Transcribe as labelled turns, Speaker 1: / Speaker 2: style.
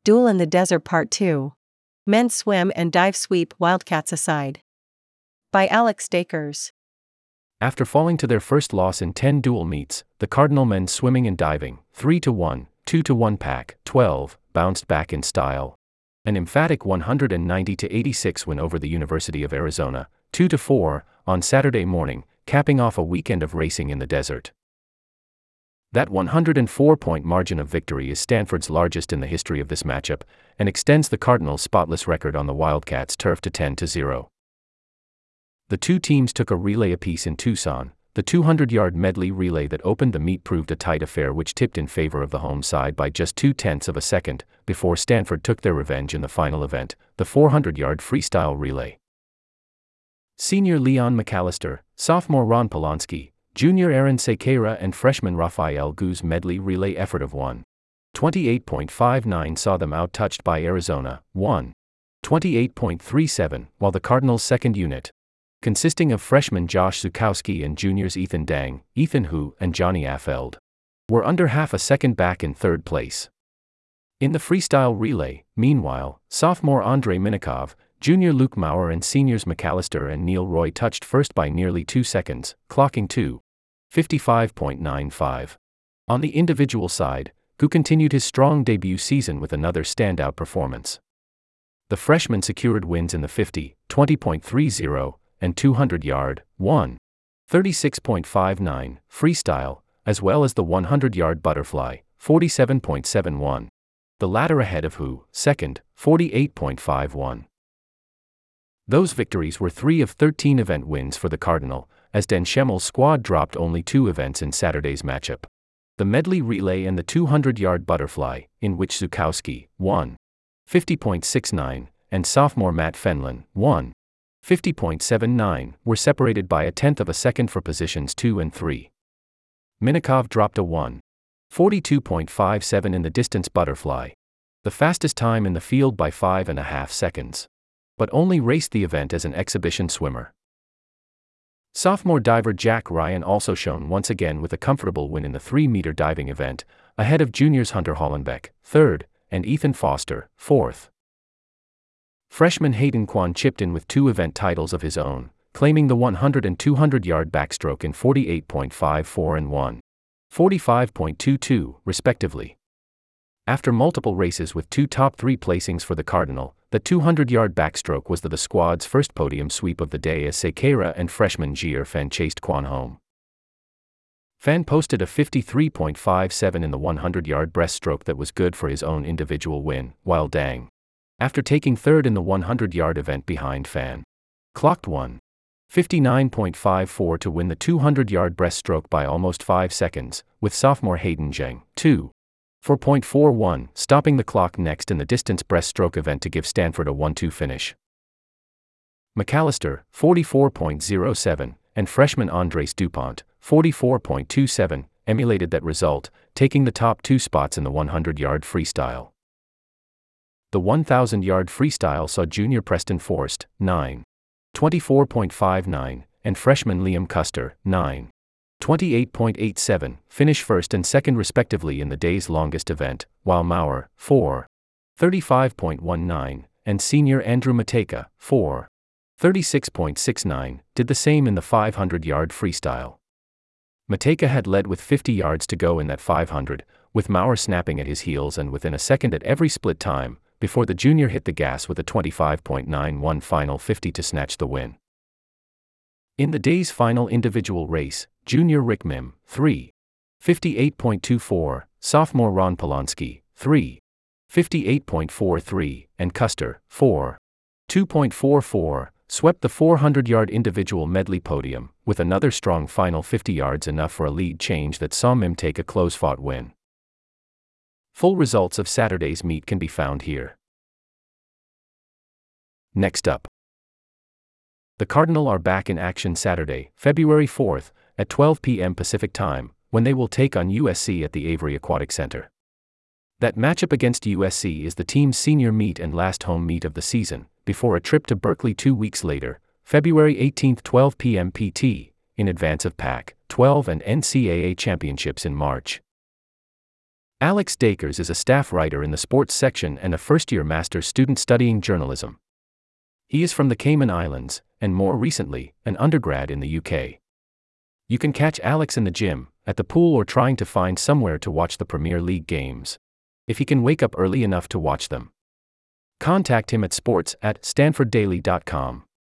Speaker 1: Duel in the Desert Part 2. Men's Swim and Dive Sweep Wildcats Aside. By Alex Dakers.
Speaker 2: After falling to their first loss in 10 dual meets, the Cardinal men's swimming and diving, 3-1, 2-1 Pac-12, bounced back in style. An emphatic 190-86 win over the University of Arizona, 2-4, on Saturday morning, capping off a weekend of racing in the desert. That 104-point margin of victory is Stanford's largest in the history of this matchup, and extends the Cardinals' spotless record on the Wildcats' turf to 10-0. The two teams took a relay apiece in Tucson. The 200-yard medley relay that opened the meet proved a tight affair which tipped in favor of the home side by just 0.2 of a second, before Stanford took their revenge in the final event, the 400-yard freestyle relay. Senior Leon McAllister, sophomore Ron Polanski, junior Aaron Sequeira and freshman Rafael Gu's medley relay effort of 1:28.59 saw them out-touched by Arizona, 1:28.37, while the Cardinals' second unit, consisting of freshman Josh Zukowski and juniors Ethan Dang, Ethan Hu, and Johnny Affeld, were under half a second back in third place. In the freestyle relay, meanwhile, sophomore Andrei Minikov, junior Luke Maurer and seniors McAllister and Neil Roy touched first by nearly 2 seconds, clocking 2:55.95. On the individual side, Gu continued his strong debut season with another standout performance. The freshman secured wins in the 50, 20.30, and 200-yard, 1:36.59, freestyle, as well as the 100-yard butterfly, 47.71. The latter ahead of Hu, second, 48.51. Those victories were 3 of 13 event wins for the Cardinal, as Dan Schemmel's squad dropped only 2 events in Saturday's matchup. The medley relay and the 200-yard butterfly, in which Zukowski, 1:50.69, and sophomore Matt Fenlon, 1:50.79, were separated by 1/10 of a second for positions 2 and 3. Minikov dropped a 1:42.57 in the distance butterfly, the fastest time in the field by 5.5 seconds, but only raced the event as an exhibition swimmer. Sophomore diver Jack Ryan also shone once again with a comfortable win in the 3-meter diving event, ahead of juniors Hunter Hollenbeck, third, and Ethan Foster, fourth. Freshman Hayden Kwan chipped in with 2 event titles of his own, claiming the 100 and 200-yard backstroke in 48.54 and 1:45.22, respectively. After multiple races with 2 top 3 placings for the Cardinal, the 200-yard backstroke was the squad's first podium sweep of the day as Sequeira and freshman Jier Fan chased Kwan home. Fan posted a 53.57 in the 100-yard breaststroke that was good for his own individual win, while Dang, after taking third in the 100-yard event behind Fan, clocked 1:59.54 to win the 200-yard breaststroke by almost 5 seconds, with sophomore Hayden Zheng, 2:4.41, stopping the clock next in the distance breaststroke event to give Stanford a 1-2 finish. McAllister, 44.07, and freshman Andres Dupont, 44.27, emulated that result, taking the top 2 spots in the 100-yard freestyle. The 1,000-yard freestyle saw junior Preston Forst, 9:24.59, and freshman Liam Custer, 9:28.87, finish first and second respectively in the day's longest event, while Maurer, 4:35.19, and senior Andrew Matejka, 4:36.69, did the same in the 500-yard freestyle. Matejka had led with 50 yards to go in that 500, with Maurer snapping at his heels and within a second at every split time, before the junior hit the gas with a 25.91 final 50 to snatch the win. In the day's final individual race, junior Rick Mim, 3:58.24, sophomore Ron Polanski, 3:58.43, and Custer, 4:2.44, swept the 400-yard individual medley podium, with another strong final 50 yards enough for a lead change that saw Mim take a close-fought win. Full results of Saturday's meet can be found here. Next up. The Cardinal are back in action Saturday, February 4th, at 12 p.m. Pacific Time, when they will take on USC at the Avery Aquatic Center. That matchup against USC is the team's senior meet and last home meet of the season, before a trip to Berkeley 2 weeks later, February 18, 12 p.m. PT, in advance of Pac-12 and NCAA championships in March. Alex Dakers is a staff writer in the sports section and a first-year master's student studying journalism. He is from the Cayman Islands, and more recently, an undergrad in the UK. You can catch Alex in the gym, at the pool, or trying to find somewhere to watch the Premier League games, if he can wake up early enough to watch them. Contact him at sports@stanforddaily.com.